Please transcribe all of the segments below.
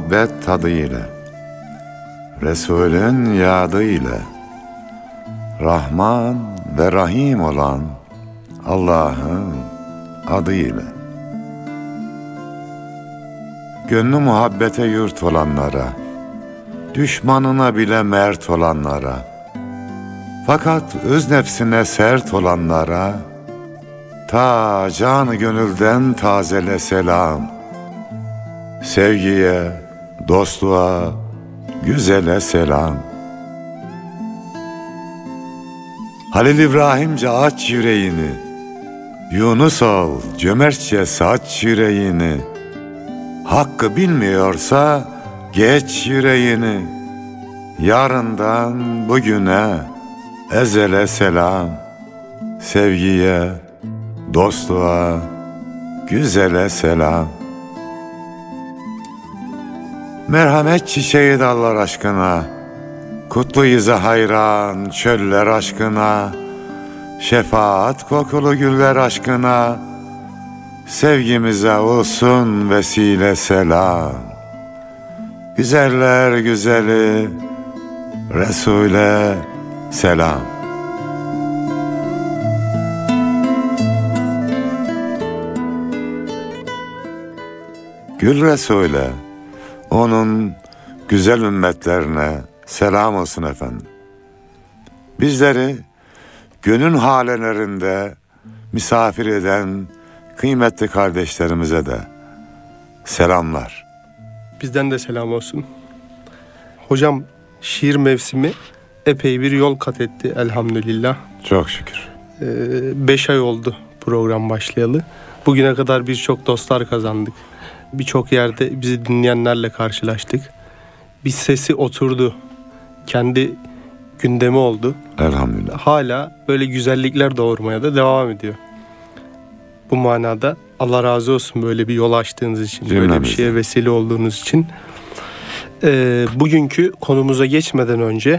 muhabbet tadı ile, Resulün yadı ile, Rahman ve Rahim olan Allah'ın adı ile. Gönlü muhabbete yurt olanlara, düşmanına bile mert olanlara, fakat öz nefsine sert olanlara, ta canı gönülden tazele selam. Sevgiye, dostluğa, güzele selam. Halil İbrahimce aç yüreğini, Yunus ol cömertçe saç yüreğini, hakkı bilmiyorsa geç yüreğini, yarından bugüne ezele selam. Sevgiye, dostluğa, güzele selam. Merhamet çiçeği dallar aşkına, kutlu yüze hayran çöller aşkına, şefaat kokulu güller aşkına, sevgimize olsun vesile selam. Güzeller güzeli Resul'e selam. Gül Resul'e, onun güzel ümmetlerine selam olsun efendim. Bizleri gönül halelerinde misafir eden kıymetli kardeşlerimize de selamlar. Bizden de selam olsun. Hocam, şiir mevsimi epey bir yol kat etti elhamdülillah. Çok şükür. 5 ay oldu program başlayalı. Bugüne kadar birçok dostlar kazandık. Birçok yerde bizi dinleyenlerle karşılaştık. Bir sesi oturdu. Kendi gündemi oldu. Elhamdülillah. Hala böyle güzellikler doğurmaya da devam ediyor. Bu manada Allah razı olsun böyle bir yol açtığınız için, böyle bir şeye vesile olduğunuz için. Bugünkü konumuza geçmeden önce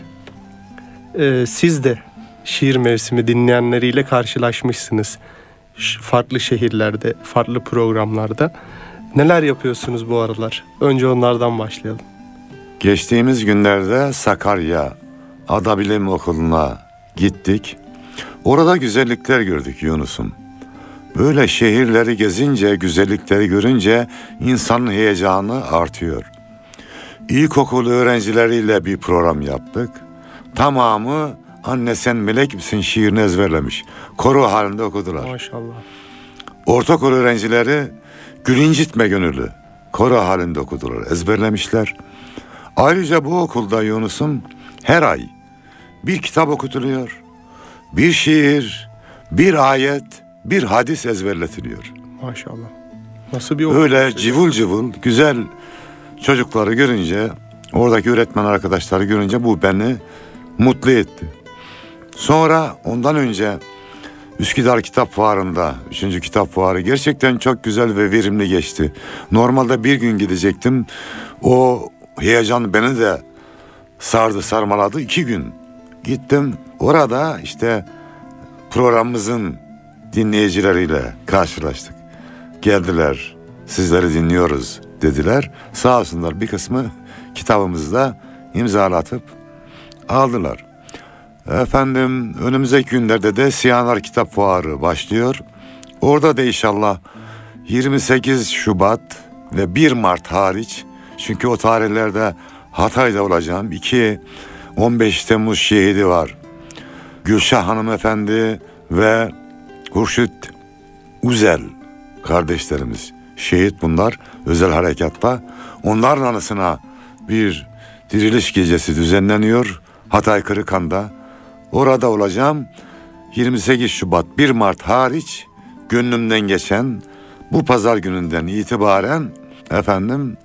siz de şiir mevsimi dinleyenleriyle karşılaşmışsınız. Farklı şehirlerde, farklı programlarda. Neler yapıyorsunuz bu aralar? Önce onlardan başlayalım. Geçtiğimiz günlerde Sakarya Adabilim Okulu'na gittik. Orada güzellikler gördük Yunus'um. Böyle şehirleri gezince, güzellikleri görünce insanın heyecanı artıyor. İlkokul öğrencileriyle bir program yaptık. Tamamı "Anne sen melek misin" şiirini ezberlemiş. Koro halinde okudular. Maşallah. Ortaokul öğrencileri "Gül incitme gönüllü" koro halinde okudular, ezberlemişler. Ayrıca bu okulda Yunus'um her ay bir kitap okutuluyor. Bir şiir, bir ayet, bir hadis ezberletiliyor. Maşallah. Nasıl bir okul? Öyle cıvıl cıvıl güzel çocukları görünce, oradaki öğretmen arkadaşları görünce bu beni mutlu etti. Sonra ondan önce Üsküdar Kitap Fuarı'nda, 3. Kitap Fuarı gerçekten çok güzel ve verimli geçti. Normalde bir gün gidecektim. O heyecan beni de sardı, sarmaladı. 2 gün gittim. Orada işte programımızın dinleyicileriyle karşılaştık. Geldiler, sizleri dinliyoruz dediler. Sağ olsunlar, bir kısmı kitabımızı da imzalatıp aldılar. Efendim, önümüzdeki günlerde de Siyanar Kitap Fuarı başlıyor. Orada da inşallah 28 Şubat ve 1 Mart hariç, çünkü o tarihlerde Hatay'da olacağım. 15 Temmuz şehidi var. Gülşah hanımefendi ve Hurşit Uzel kardeşlerimiz şehit bunlar özel harekatta. Onların anısına bir diriliş gecesi düzenleniyor Hatay Kırıkhan'da. Orada olacağım. 28 Şubat 1 Mart hariç gönlümden geçen bu pazar gününden itibaren efendim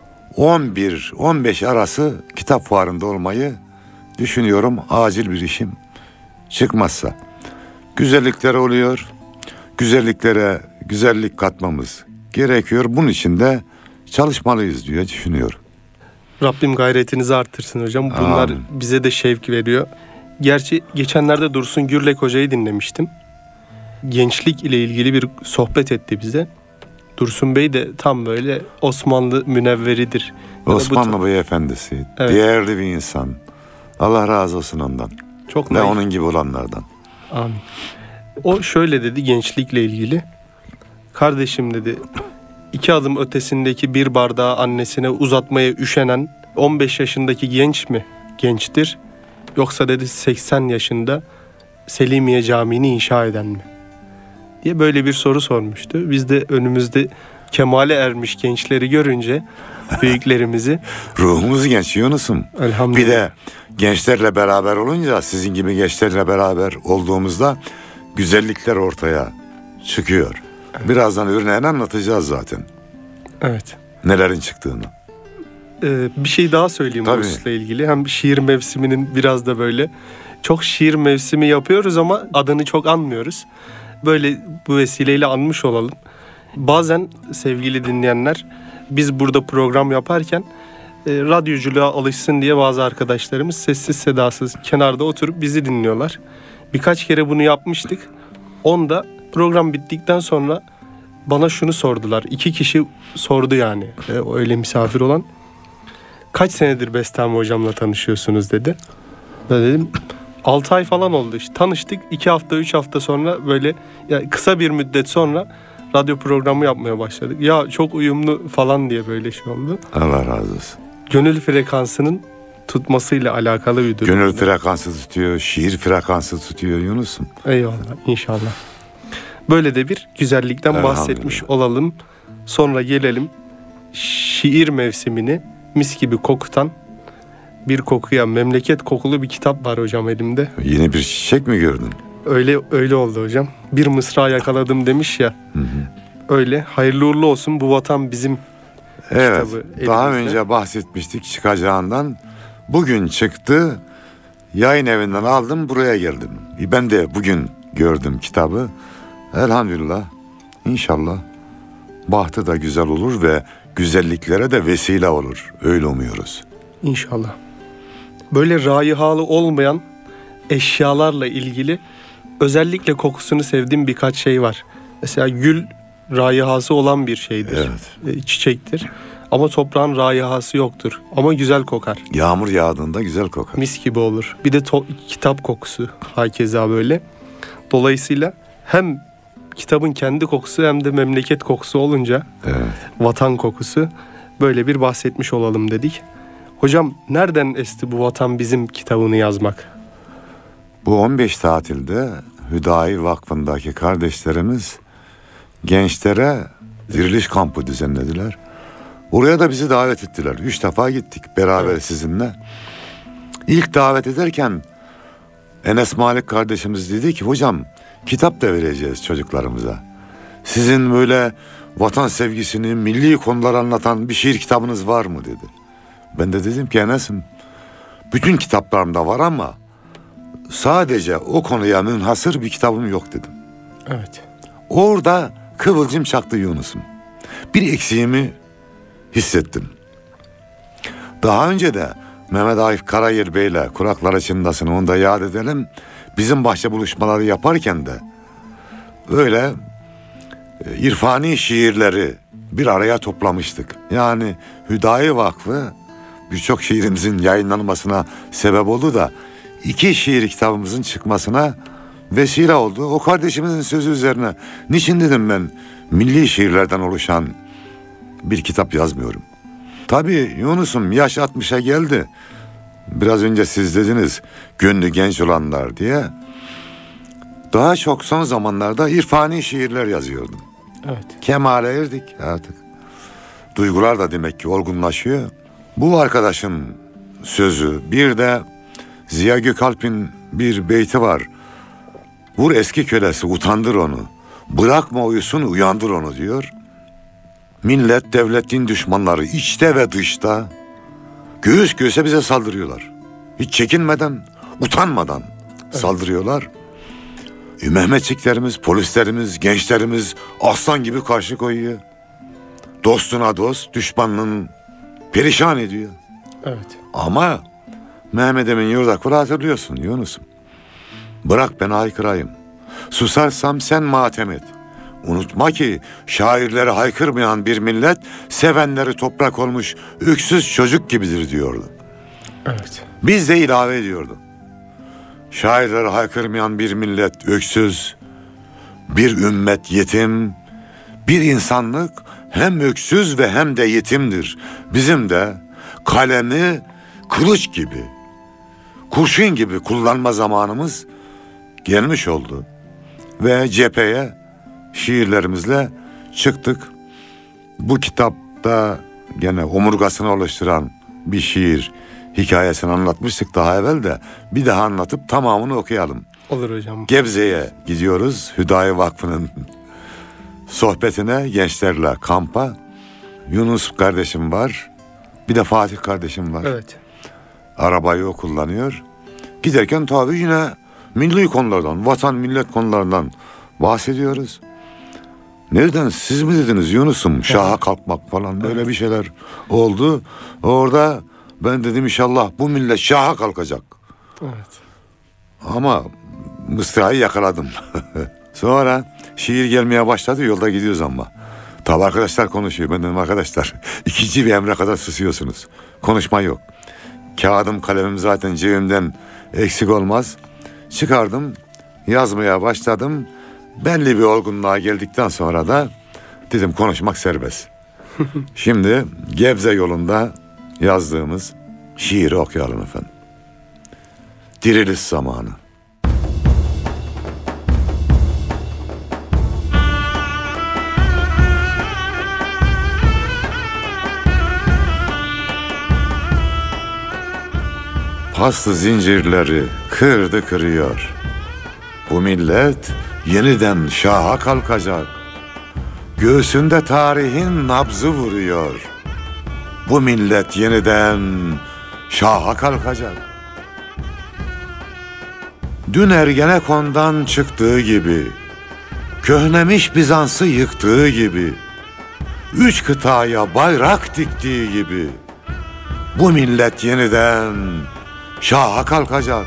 11-15 arası kitap fuarında olmayı düşünüyorum, acil bir işim çıkmazsa. Güzellikler oluyor. Güzelliklere güzellik katmamız gerekiyor. Bunun için de çalışmalıyız diye düşünüyorum. Rabbim gayretinizi artırsın hocam. Bunlar bize de şevk veriyor. Gerçi geçenlerde Dursun Gürlek Hoca'yı dinlemiştim. Gençlik ile ilgili bir sohbet etti bize. Dursun Bey de tam böyle Osmanlı münevveridir. Ya da Osmanlı Beyefendisi. Evet. Değerli bir insan. Allah razı olsun ondan. çok Ve naif. onun gibi olanlardan. Amin. O şöyle dedi gençlikle ilgili. Kardeşim dedi, 2 adım ötesindeki bir bardağı annesine uzatmaya üşenen 15 yaşındaki genç mi gençtir? Yoksa dedi 80 yaşında Selimiye Camii'ni inşa eden mi? Diye böyle bir soru sormuştu. Biz de önümüzde kemale ermiş gençleri görünce büyüklerimizi Ruhumuz genç Yunus'um. elhamdülillah. Bir de gençlerle beraber olunca, sizin gibi gençlerle beraber olduğumuzda güzellikler ortaya çıkıyor. Birazdan örneğini anlatacağız zaten. Evet. Nelerin çıktığını. Bir şey daha söyleyeyim Tabii. bu hususla ilgili. Hem şiir mevsiminin biraz da böyle çok şiir mevsimi yapıyoruz ama adını çok anmıyoruz. Böyle bu vesileyle anmış olalım. Bazen sevgili dinleyenler, biz burada program yaparken radyoculuğa alışsın diye bazı arkadaşlarımız sessiz sedasız kenarda oturup bizi dinliyorlar. Birkaç kere bunu yapmıştık. Onda program bittikten sonra bana şunu sordular. 2 kişi sordu yani öyle misafir olan. Kaç senedir Bestami hocamla tanışıyorsunuz dedi. Ben dedim 6 ay falan oldu işte. Tanıştık 2 hafta 3 hafta sonra böyle yani kısa bir müddet sonra radyo programı yapmaya başladık. Ya çok uyumlu falan diye böyle şey oldu. Allah razı olsun. Gönül frekansının tutmasıyla alakalı bir durum. Gönül frekansı tutuyor, şiir frekansı tutuyor Yunus'um. Eyvallah inşallah. Böyle de bir güzellikten bahsetmiş olalım. Sonra gelelim şiir mevsimini mis gibi kokutan bir kokuya, memleket kokulu bir kitap var hocam elimde. Yeni bir çiçek mi gördün? Öyle oldu hocam. Bir mısra yakaladım demiş ya. Öyle. Hayırlı uğurlu olsun. Bu vatan bizim. Evet. Kitabı Daha elimizde. önce bahsetmiştik çıkacağından. Bugün çıktı. Yayın evinden aldım, buraya geldim. Ben de bugün gördüm kitabı. Elhamdülillah. İnşallah bahtı da güzel olur ve güzelliklere de vesile olur. Öyle umuyoruz. İnşallah. Böyle raihalı olmayan eşyalarla ilgili özellikle kokusunu sevdiğim birkaç şey var. Mesela gül raihası olan bir şeydir. Evet. Çiçektir. Ama toprağın raihası yoktur. Ama güzel kokar. Yağmur yağdığında güzel kokar. Mis gibi olur. Bir de kitap kokusu hakeza böyle. Dolayısıyla hem kitabın kendi kokusu hem de memleket kokusu olunca Evet. vatan kokusu, böyle bir bahsetmiş olalım dedik. Hocam nereden esti bu vatan bizim kitabını yazmak? Bu 15 tatilde Hüdayi Vakfı'ndaki kardeşlerimiz gençlere diriliş kampı düzenlediler. Oraya da bizi davet ettiler. 3 defa gittik beraber sizinle. İlk davet ederken Enes Malik kardeşimiz dedi ki hocam kitap da vereceğiz çocuklarımıza. Sizin böyle vatan sevgisini, milli konuları anlatan bir şiir kitabınız var mı dedi. Ben de dedim ki Enes'im bütün kitaplarımda var ama sadece o konuya münhasır bir kitabım yok dedim. Evet. Orada kıvılcım çaktı Yunus'um. Bir eksiğimi hissettim. Daha önce de Mehmet Akif Karayel Bey'le Kuraklar Çınlasın, onu da yad edelim. Bizim bahçe buluşmaları yaparken de böyle irfani şiirleri bir araya toplamıştık. Yani Hüdayi Vakfı birçok şiirimizin yayınlanmasına sebep oldu da 2 şiir kitabımızın çıkmasına vesile oldu. O kardeşimizin sözü üzerine niçin dedim ben milli şiirlerden oluşan bir kitap yazmıyorum. Tabii Yunus'um yaş 60'a geldi. Biraz önce siz dediniz gönlü genç olanlar diye. Daha çok son zamanlarda irfani şiirler yazıyordum. Evet. Kemale erdik artık. Duygular da demek ki olgunlaşıyor. Bu arkadaşın sözü, bir de Ziya Gökalp'in bir beyti var. Vur eski kölesi, utandır onu. Bırakma uyusun, uyandır onu diyor. Millet, devlet, din düşmanları içte ve dışta göğüs göğüse bize saldırıyorlar. Hiç çekinmeden, utanmadan saldırıyorlar. Mehmetçiklerimiz, polislerimiz, gençlerimiz aslan gibi karşı koyuyor. Dostuna dost, düşmanının perişan ediyor. Evet. Ama Mehmet Emin Yurdakur'u hatırlıyorsun Yunus'um. Bırak ben haykırayım. Susarsam sen matem et. unutma ki şairleri haykırmayan bir millet sevenleri toprak olmuş öksüz çocuk gibidir diyordu. Evet. Biz de ilave ediyordu. Şairleri haykırmayan bir millet öksüz, bir ümmet yetim, bir insanlık hem öksüz ve hem de yetimdir. Bizim de kalemi kılıç gibi, kurşun gibi kullanma zamanımız gelmiş oldu. Ve cepheye şiirlerimizle çıktık. Bu kitapta gene omurgasını oluşturan bir şiir hikayesini anlatmıştık daha evvel de bir daha anlatıp tamamını okuyalım. Olur hocam. Gebze'ye gidiyoruz. Hüdayi Vakfı'nın sohbetine, gençlerle kampa. Yunus kardeşim var. Bir de Fatih kardeşim var. Evet. Arabayı o kullanıyor. Giderken tabii yine milli konulardan, vatan millet konularından bahsediyoruz. Nereden siz mi dediniz Yunus'um? Şaha kalkmak falan böyle bir şeyler oldu. Orada ben dedim inşallah bu millet şaha kalkacak. Evet. Ama mısrayı yakaladım. Sonra şiir gelmeye başladı, yolda gidiyoruz ama. Tabi arkadaşlar konuşuyor. Ben dedim arkadaşlar ikinci bir emre kadar susuyorsunuz. Konuşma yok. Kağıdım kalemim zaten cebimden eksik olmaz. Çıkardım, yazmaya başladım. Belli bir olgunluğa geldikten sonra da dedim konuşmak serbest. Şimdi Gebze yolunda yazdığımız şiiri okuyalım efendim. Diriliş zamanı. Paslı zincirleri kırdı kırıyor. Bu millet yeniden şaha kalkacak. Göğsünde tarihin nabzı vuruyor. Bu millet yeniden şaha kalkacak. Dün Ergenekon'dan çıktığı gibi, köhnemiş Bizans'ı yıktığı gibi, 3 kıtaya bayrak diktiği gibi, bu millet yeniden şaha kalkacak.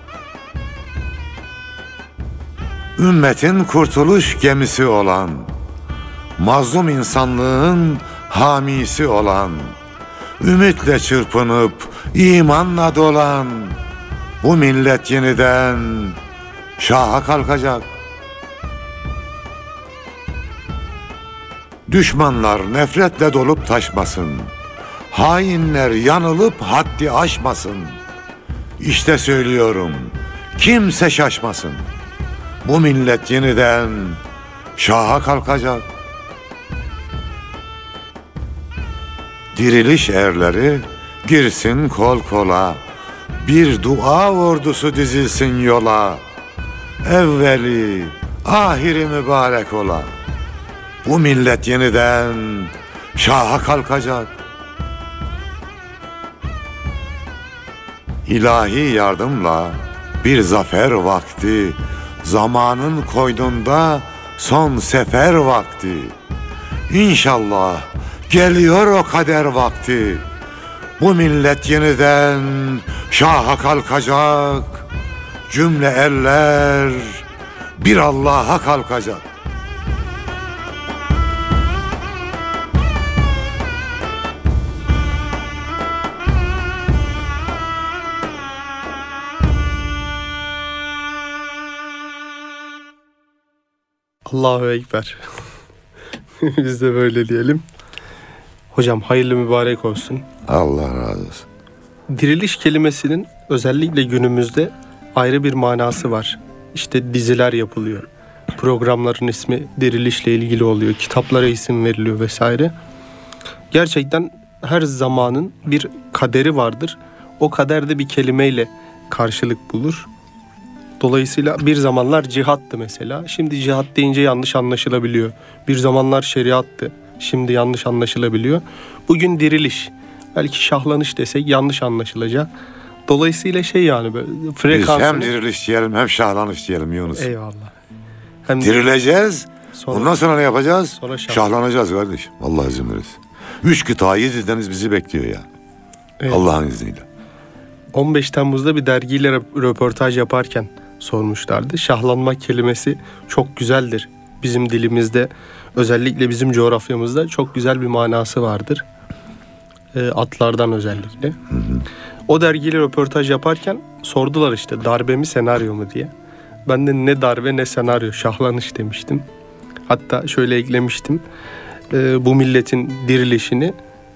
Ümmetin kurtuluş gemisi olan, mazlum insanlığın hamisi olan, ümitle çırpınıp imanla dolan, bu millet yeniden şaha kalkacak. Düşmanlar nefretle dolup taşmasın, hainler yanılıp haddi aşmasın. İşte söylüyorum, kimse şaşmasın. Bu millet yeniden şaha kalkacak. Diriliş erleri girsin kol kola, bir dua ordusu dizilsin yola. Evveli, ahiri mübarek ola. Bu millet yeniden şaha kalkacak. İlahi yardımla bir zafer vakti, zamanın koynunda son sefer vakti. İnşallah geliyor o kader vakti. Bu millet yeniden şaha kalkacak. Cümle eller bir Allah'a kalkacak. Allahu Ekber. Biz de böyle diyelim. Hocam hayırlı mübarek olsun. Allah razı olsun. Diriliş kelimesinin özellikle günümüzde ayrı bir manası var. İşte diziler yapılıyor. Programların ismi dirilişle ilgili oluyor. Kitaplara isim veriliyor vesaire. Gerçekten her zamanın bir kaderi vardır. O kader de bir kelimeyle karşılık bulur. Dolayısıyla bir zamanlar cihattı mesela. Şimdi cihat deyince yanlış anlaşılabiliyor. Bir zamanlar şeriattı. Şimdi yanlış anlaşılabiliyor. Bugün diriliş. Belki şahlanış desek yanlış anlaşılacak. Dolayısıyla yani böyle frekansını... Biz hem diriliş diyelim hem şahlanış diyelim Yunus. Eyvallah. Hem dirileceğiz. sonra, ondan sonra ne yapacağız? Sonra şahlanacağız kardeş. Allah izin verirse. 3 kıta 7 deniz bizi bekliyor ya. Eyvallah. Allah'ın izniyle. 15 Temmuz'da bir dergiyle röportaj yaparken sormuşlardı. Şahlanmak kelimesi çok güzeldir. bizim dilimizde, özellikle bizim coğrafyamızda çok güzel bir manası vardır. Atlardan özellikle. O dergiyle röportaj yaparken sordular işte darbe mi senaryo mu diye. Ben de ne darbe ne senaryo, şahlanış demiştim. Hatta şöyle eklemiştim. Bu milletin dirilişini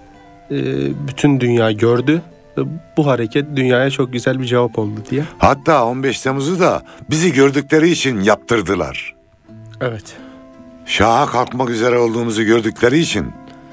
bütün dünya gördü. Bu hareket dünyaya çok güzel bir cevap oldu diye. Hatta 15 Temmuz'u da bizi gördükleri için yaptırdılar. Evet. Şaha kalkmak üzere olduğumuzu gördükleri için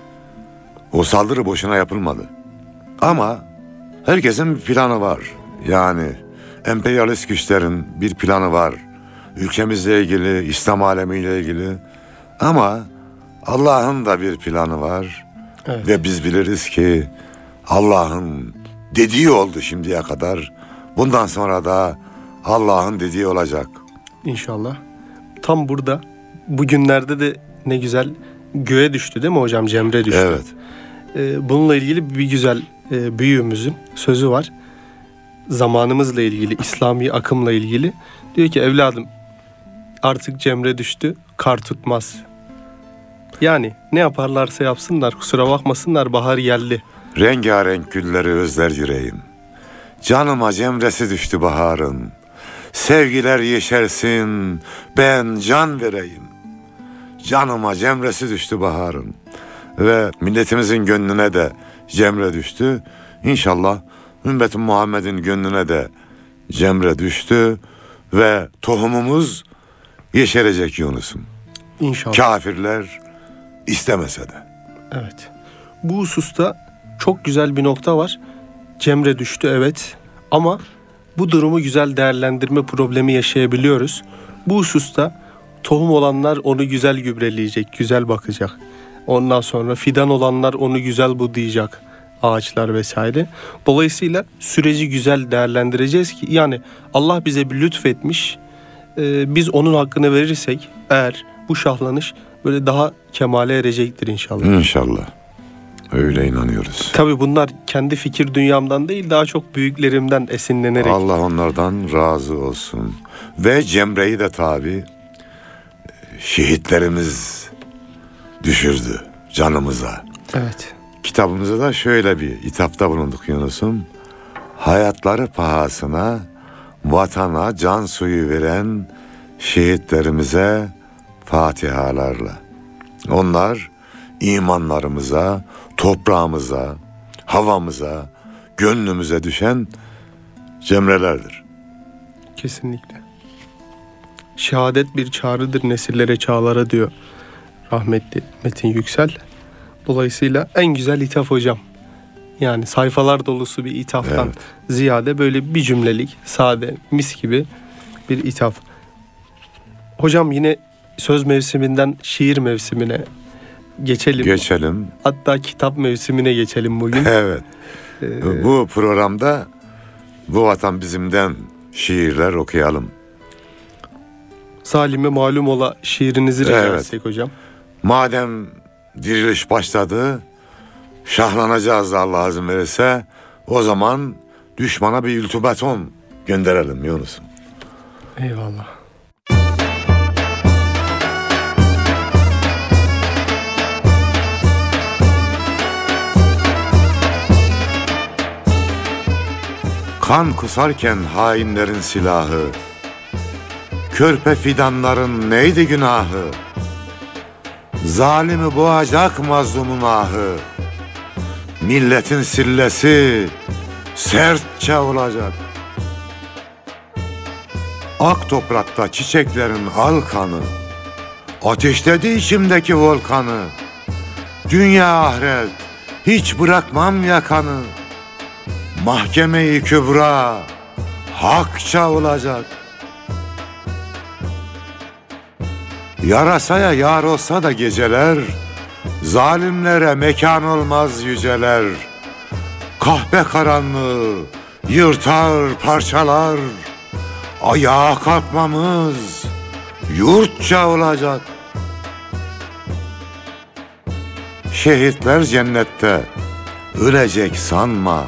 o saldırı boşuna yapılmadı. Ama herkesin bir planı var. Yani emperyalist güçlerin bir planı var. Ülkemizle ilgili, İslam alemiyle ilgili. Ama Allah'ın da bir planı var. Evet. Ve biz biliriz ki Allah'ın dediği oldu şimdiye kadar. Bundan sonra da Allah'ın dediği olacak. İnşallah. Tam burada bugünlerde de ne güzel göğe düştü değil mi hocam? Cemre düştü. Evet. Bununla ilgili bir güzel büyüğümüzün sözü var. Zamanımızla ilgili, İslami akımla ilgili. Diyor ki evladım artık cemre düştü, kar tutmaz. Yani ne yaparlarsa yapsınlar, kusura bakmasınlar, bahar geldi. Rengarenk gülleri özler yüreğim. Canıma cemresi düştü baharın. Sevgiler yeşersin, ben can vereyim. Canıma cemresi düştü baharın. Ve milletimizin gönlüne de cemre düştü. İnşallah ümmet-i Muhammed'in gönlüne de cemre düştü. Ve tohumumuz yeşerecek Yunus'um. İnşallah. Kafirler istemese de. Evet. Bu hususta çok güzel bir nokta var. Cemre düştü evet ama bu durumu güzel değerlendirme problemi yaşayabiliyoruz. Bu hususta tohum olanlar onu güzel gübreleyecek, güzel bakacak. Ondan sonra fidan olanlar onu güzel budayacak, ağaçlar vesaire. Dolayısıyla süreci güzel değerlendireceğiz ki yani Allah bize bir lütfetmiş. Biz onun hakkını verirsek eğer bu şahlanış böyle daha kemale erecektir inşallah. İnşallah. Öyle inanıyoruz. Tabii bunlar kendi fikir dünyamdan değil, daha çok büyüklerimden esinlenerek. Allah onlardan razı olsun. Ve cemreyi de tabi şehitlerimiz düşürdü canımıza. Evet. Kitabımızda da şöyle bir ithafta bulunduk Yunus'um. Hayatları pahasına vatana can suyu veren şehitlerimize fatihalarla. Onlar imanlarımıza, toprağımıza, havamıza, gönlümüze düşen cemrelerdir. Kesinlikle. Şehadet bir çağrıdır nesillere, çağlara diyor rahmetli Metin Yüksel. Dolayısıyla en güzel ithaf hocam. Yani sayfalar dolusu bir ithaftan ziyade böyle bir cümlelik, sade, mis gibi bir ithaf. Hocam yine söz mevsiminden şiir mevsimine geçelim. Geçelim. Hatta kitap mevsimine geçelim bugün. Evet. Bu programda Bu Vatan Bizim'den şiirler okuyalım. Zalime malum ola şiirinizi rica etsek hocam. Madem diriliş başladı, şahlanacağız da Allah izin verirse, o zaman düşmana bir ultimatum gönderelim Yunus'um. Eyvallah. Kan kusarken hainlerin silahı, körpe fidanların neydi günahı? Zalimi boğacak mazlumun ahı, milletin sillesi sertçe olacak. Ak toprakta çiçeklerin al kanı, ateşledi içimdeki volkanı. Dünya ahiret hiç bırakmam yakanı, mahkeme-i kübra hakça olacak. Yarasaya yar olsa da geceler, zalimlere mekan olmaz yüceler. Kahpe karanlığı yırtar parçalar, ayağa kalkmamız yurtça olacak. Şehitler cennette ölecek sanma,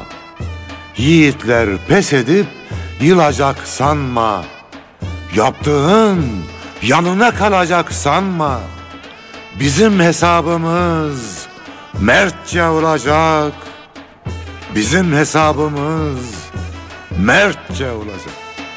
yiğitler pes edip yılacak sanma. Yaptığın yanına kalacak sanma. Bizim hesabımız mertçe olacak. Bizim hesabımız mertçe olacak.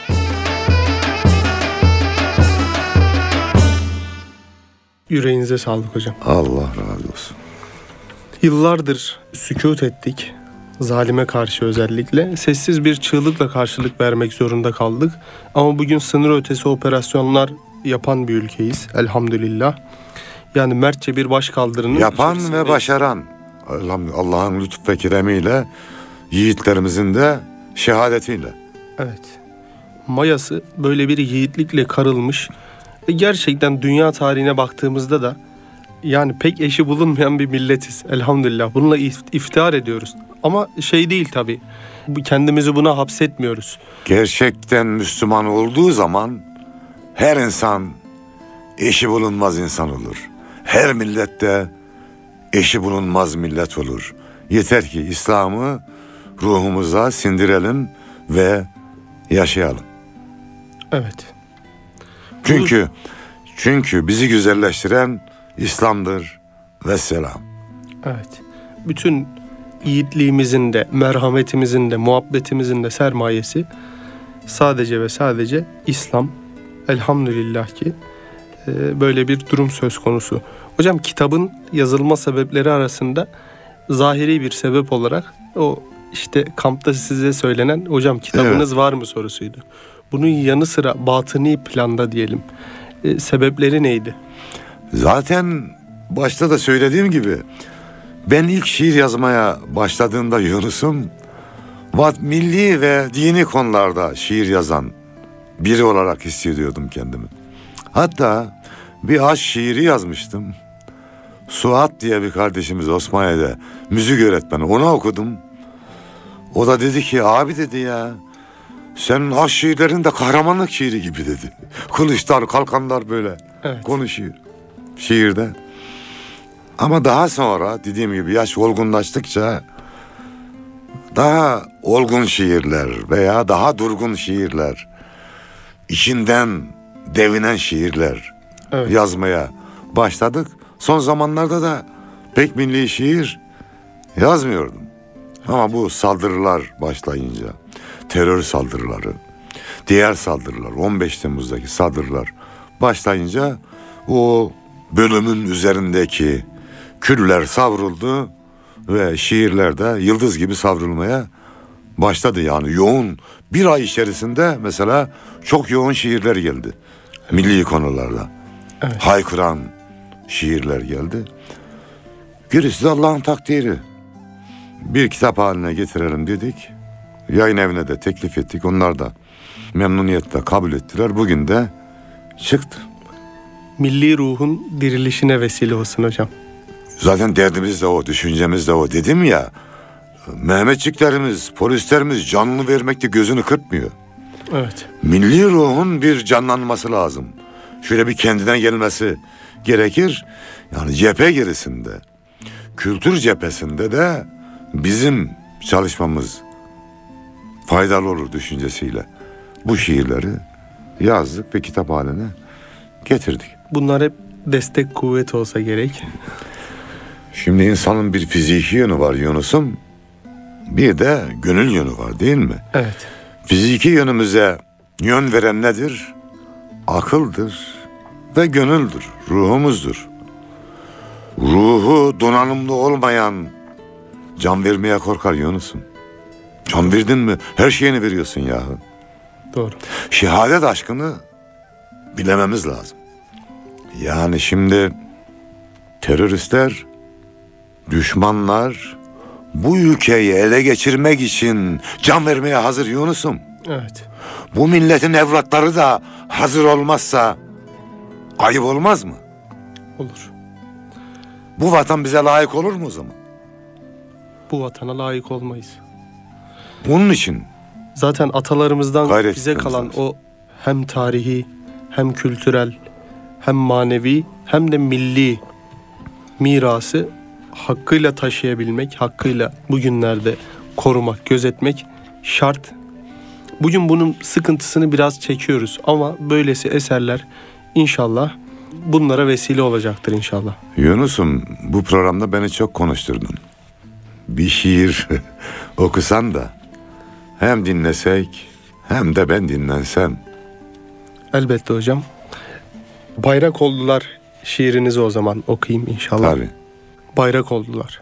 Yüreğinize sağlık hocam. Allah razı olsun. Yıllardır sükût ettik. Zalime karşı özellikle. Sessiz bir çığlıkla karşılık vermek zorunda kaldık. Ama bugün sınır ötesi operasyonlar yapan bir ülkeyiz. Elhamdülillah. Yani mertçe bir başkaldırının Yapan ve başaran. Allah'ın lütuf ve keremiyle, yiğitlerimizin de şehadetiyle. Evet. Mayası böyle bir yiğitlikle karılmış. Gerçekten dünya tarihine baktığımızda da yani pek eşi bulunmayan bir milletiz. Elhamdülillah. Bununla iftihar ediyoruz. Ama şey değil tabii. Kendimizi buna hapsetmiyoruz. Gerçekten Müslüman olduğu zaman her insan eşi bulunmaz insan olur. Her millette eşi bulunmaz millet olur. Yeter ki İslam'ı ruhumuza sindirelim ve yaşayalım. Evet. Çünkü bizi güzelleştiren İslam'dır vesselam. Evet. Bütün yiğitliğimizin de, merhametimizin de, muhabbetimizin de sermayesi sadece ve sadece İslam. Elhamdülillah ki böyle bir durum söz konusu. Hocam kitabın yazılma sebepleri arasında zahiri bir sebep olarak o işte kampta size söylenen hocam kitabınız var mı sorusuydu. Bunun yanı sıra batıni planda diyelim sebepleri neydi? Zaten başta da söylediğim gibi ben ilk şiir yazmaya başladığımda Yunus'um milli ve dini konularda şiir yazan biri olarak hissediyordum kendimi. Hatta bir aşk şiiri yazmıştım. Suat diye bir kardeşimiz Osmaniye'de müzik öğretmeni, ona okudum. O da dedi ki abi dedi ya senin aşk şiirlerin de kahramanlık şiiri gibi dedi. Kılıçlar kalkanlar böyle konuşuyor şiirde. Ama daha sonra dediğim gibi yaş olgunlaştıkça daha olgun şiirler veya daha durgun şiirler, içinden devinen şiirler yazmaya başladık. Son zamanlarda da pek milli şiir yazmıyordum. Ama bu saldırılar başlayınca, terör saldırıları, diğer saldırılar, 15 Temmuz'daki saldırılar başlayınca o bölümün üzerindeki küller savruldu ve şiirler de yıldız gibi savrulmaya başladı. Yani yoğun bir ay içerisinde mesela çok yoğun şiirler geldi. Milli konularda. Evet. Haykıran şiirler geldi. Gerisi de Allah'ın takdiri. Bir kitap haline getirelim dedik. Yayın evine de teklif ettik. Onlar da memnuniyetle kabul ettiler. Bugün de çıktı. Milli ruhun dirilişine vesile olsun hocam. Zaten derdimiz de o, düşüncemiz de o. Dedim ya, Mehmetçiklerimiz, polislerimiz canını vermekte gözünü kırpmıyor. Evet. Milli ruhun bir canlanması lazım. Şöyle bir kendine gelmesi gerekir. Yani cephe gerisinde, kültür cephesinde de bizim çalışmamız faydalı olur düşüncesiyle bu şiirleri yazdık ve kitap haline getirdik. Bunlar hep destek kuvvet olsa gerek. Şimdi insanın bir fiziki yönü var Yunus'um. Bir de gönül yönü var değil mi? Evet. Fiziki yönümüze yön veren nedir? Akıldır ve gönüldür, ruhumuzdur. Ruhu donanımlı olmayan can vermeye korkar Yunus'um. Can verdin mi her şeyini veriyorsun yahu. Doğru. Şehadet aşkını bilememiz lazım. Yani şimdi teröristler, düşmanlar bu ülkeyi ele geçirmek için can vermeye hazır Yunus'um. Evet. Bu milletin evlatları da hazır olmazsa ayıp olmaz mı? Olur. Bu vatan bize layık olur mu o zaman? Bu vatana layık olmayız. Bunun için zaten atalarımızdan gayret bize kalan lazım. O hem tarihi hem kültürel hem manevi hem de milli mirası hakkıyla taşıyabilmek, hakkıyla bugünlerde korumak, gözetmek şart. Bugün bunun sıkıntısını biraz çekiyoruz ama böylesi eserler İnşallah bunlara vesile olacaktır inşallah. Yunus'um, bu programda beni çok konuşturdun. Bir şiir okusan da hem dinlesek hem de ben dinlensem. Elbette hocam. Bayrak oldular şiirinizi o zaman okuyayım inşallah. Tabii. Bayrak oldular.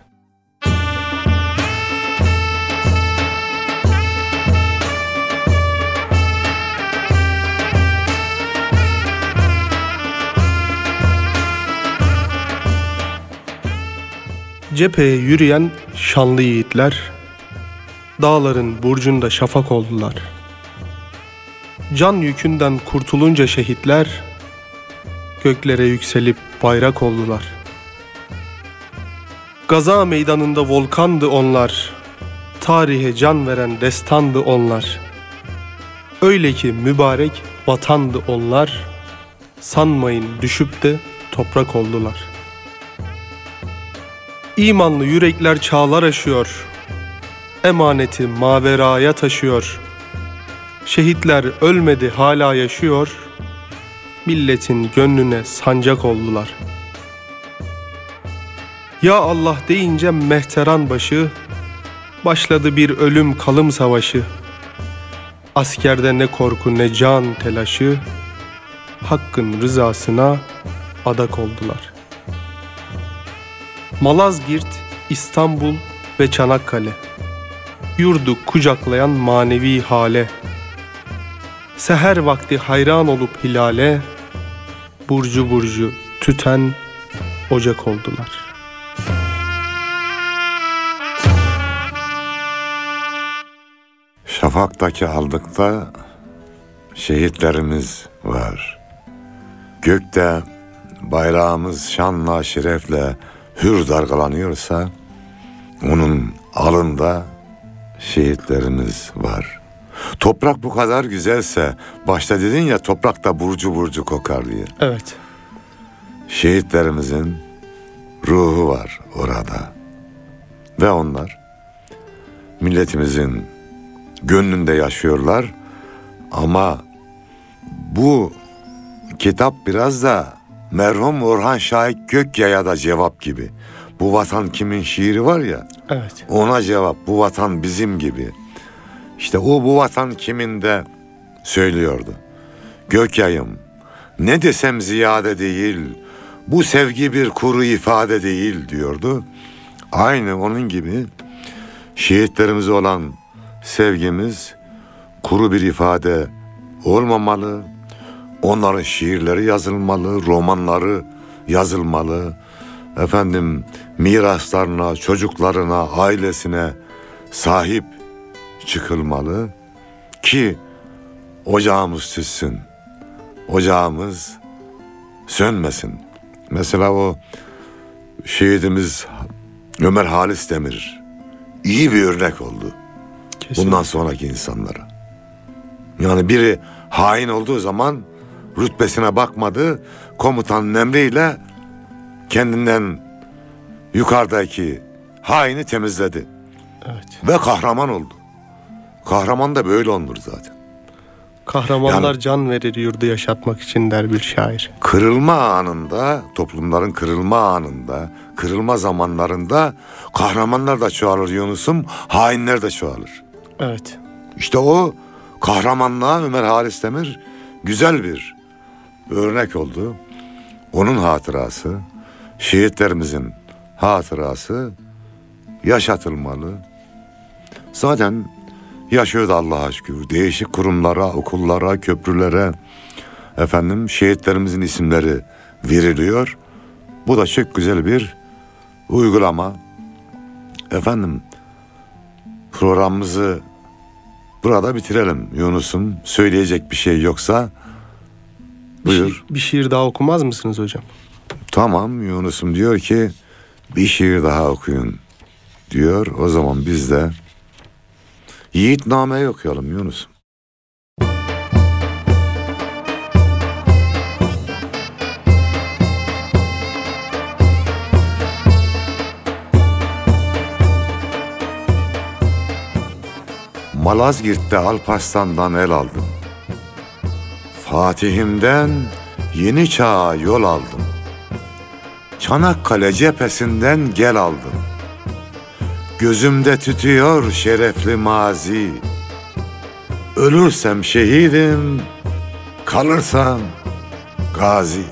Cepheye yürüyen şanlı yiğitler, dağların burcunda şafak oldular. Can yükünden kurtulunca şehitler, göklere yükselip bayrak oldular. Gaza meydanında volkandı onlar, tarihe can veren destandı onlar. Öyle ki mübarek vatandı onlar, sanmayın düşüp de toprak oldular. İmanlı yürekler çağlar aşıyor, emaneti maveraya taşıyor. Şehitler ölmedi hala yaşıyor, milletin gönlüne sancak oldular. Ya Allah deyince mehteran başı, başladı bir ölüm kalım savaşı. Askerde ne korku ne can telaşı, Hakk'ın rızasına adak oldular. Malazgirt, İstanbul ve Çanakkale, yurdu kucaklayan manevi hale. Seher vakti hayran olup hilale, burcu burcu tüten ocak oldular. Şafak'taki aldıkta şehitlerimiz var. Gökte bayrağımız şanla şerefle hür dalgalanıyorsa, onun alında şehitlerimiz var. Toprak bu kadar güzelse, başta dedin ya toprak da burcu burcu kokar diye. Evet. Şehitlerimizin ruhu var orada. Ve onlar milletimizin gönlünde yaşıyorlar. Ama bu kitap biraz da merhum Orhan Şahik Gökyaya'ya da cevap gibi. Bu vatan kimin şiiri var ya. Evet. Ona cevap, bu vatan bizim gibi. İşte o bu vatan kimin de söylüyordu. Gökyayım, ne desem ziyade değil, bu sevgi bir kuru ifade değil diyordu. Aynı onun gibi şehitlerimize olan sevgimiz kuru bir ifade olmamalı. Onların şiirleri yazılmalı, romanları yazılmalı. Miraslarına, çocuklarına, ailesine sahip çıkılmalı ki ocağımız süssün, ocağımız sönmesin. Mesela o şehidimiz Ömer Halis Demir iyi bir örnek oldu. Kesinlikle. Bundan sonraki insanlara. Yani biri hain olduğu zaman rütbesine bakmadı, komutanın emriyle kendinden yukarıdaki haini temizledi. Evet. Ve kahraman oldu. Kahraman da böyle olur zaten. Kahramanlar Yani- can verir yurdu yaşatmak için der bir şair. Kırılma anında, toplumların kırılma anında, kırılma zamanlarında kahramanlar da çoğalır Yunus'um, hainler de çoğalır. Evet. İşte o kahramanlığa Ömer Halis Demir güzel bir örnek oldu. Onun hatırası, şehitlerimizin hatırası yaşatılmalı. Zaten yaşıyordu Allah'a şükür. Değişik kurumlara, okullara, köprülere şehitlerimizin isimleri veriliyor. Bu da çok güzel bir uygulama. Programımızı burada bitirelim Yunus'um. Söyleyecek bir şey yoksa buyur. Bir şiir daha okumaz mısınız hocam? Tamam, Yunus'um diyor ki bir şiir daha okuyun diyor. O zaman biz de Yiğitname'yi okuyalım Yunus'um. Malazgirt'te Alparslan'dan el aldım. Fatih'imden yeni çağa yol aldım. Çanakkale cephesinden gel aldım. Gözümde tütüyor şerefli mazi. Ölürsem şehidim, kalırsam gazi.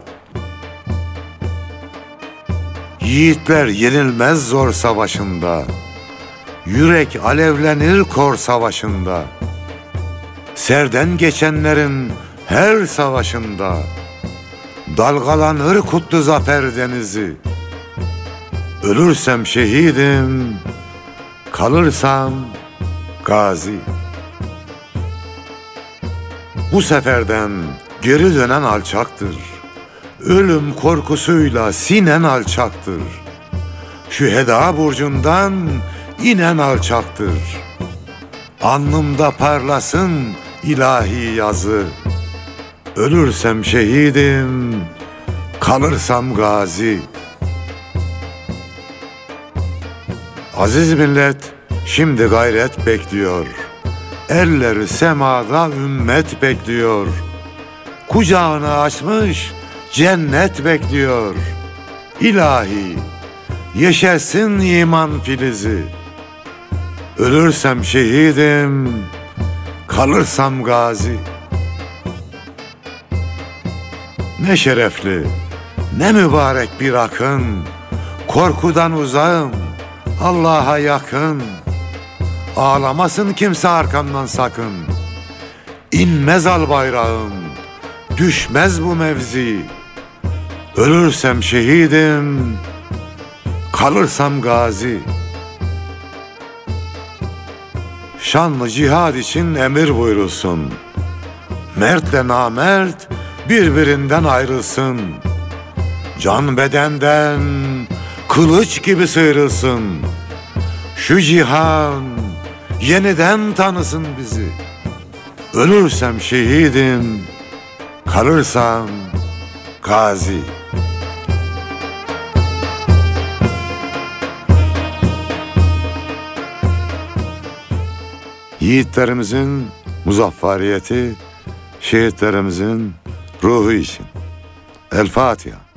Yiğitler yenilmez zor savaşında. Yürek alevlenir kor savaşında. Serden geçenlerin her savaşında dalgalanır kutlu zafer denizi. Ölürsem şehidim, kalırsam gazi. Bu seferden geri dönen alçaktır. Ölüm korkusuyla sinen alçaktır. Şüheda burcundan inen alçaktır. Alnımda parlasın ilahi yazı. Ölürsem şehidim, kalırsam gazi. Aziz millet şimdi gayret bekliyor. Elleri semada ümmet bekliyor. Kucağını açmış cennet bekliyor. İlahi yeşersin iman filizi. Ölürsem şehidim, kalırsam gazi. Ne şerefli, ne mübarek bir akın. Korkudan uzağım, Allah'a yakın. Ağlamasın kimse arkamdan sakın. İnmez al bayrağım, düşmez bu mevzi. Ölürsem şehidim, kalırsam gazi. Şanlı cihad için emir buyurulsun. Mertle namert birbirinden ayrılsın. Can bedenden kılıç gibi sıyrılsın. Şu cihan yeniden tanısın bizi. Ölürsem şehidim, kalırsam gazi. Yiğitlerimizin muzafferiyeti, şehitlerimizin ruhu için. El Fatiha.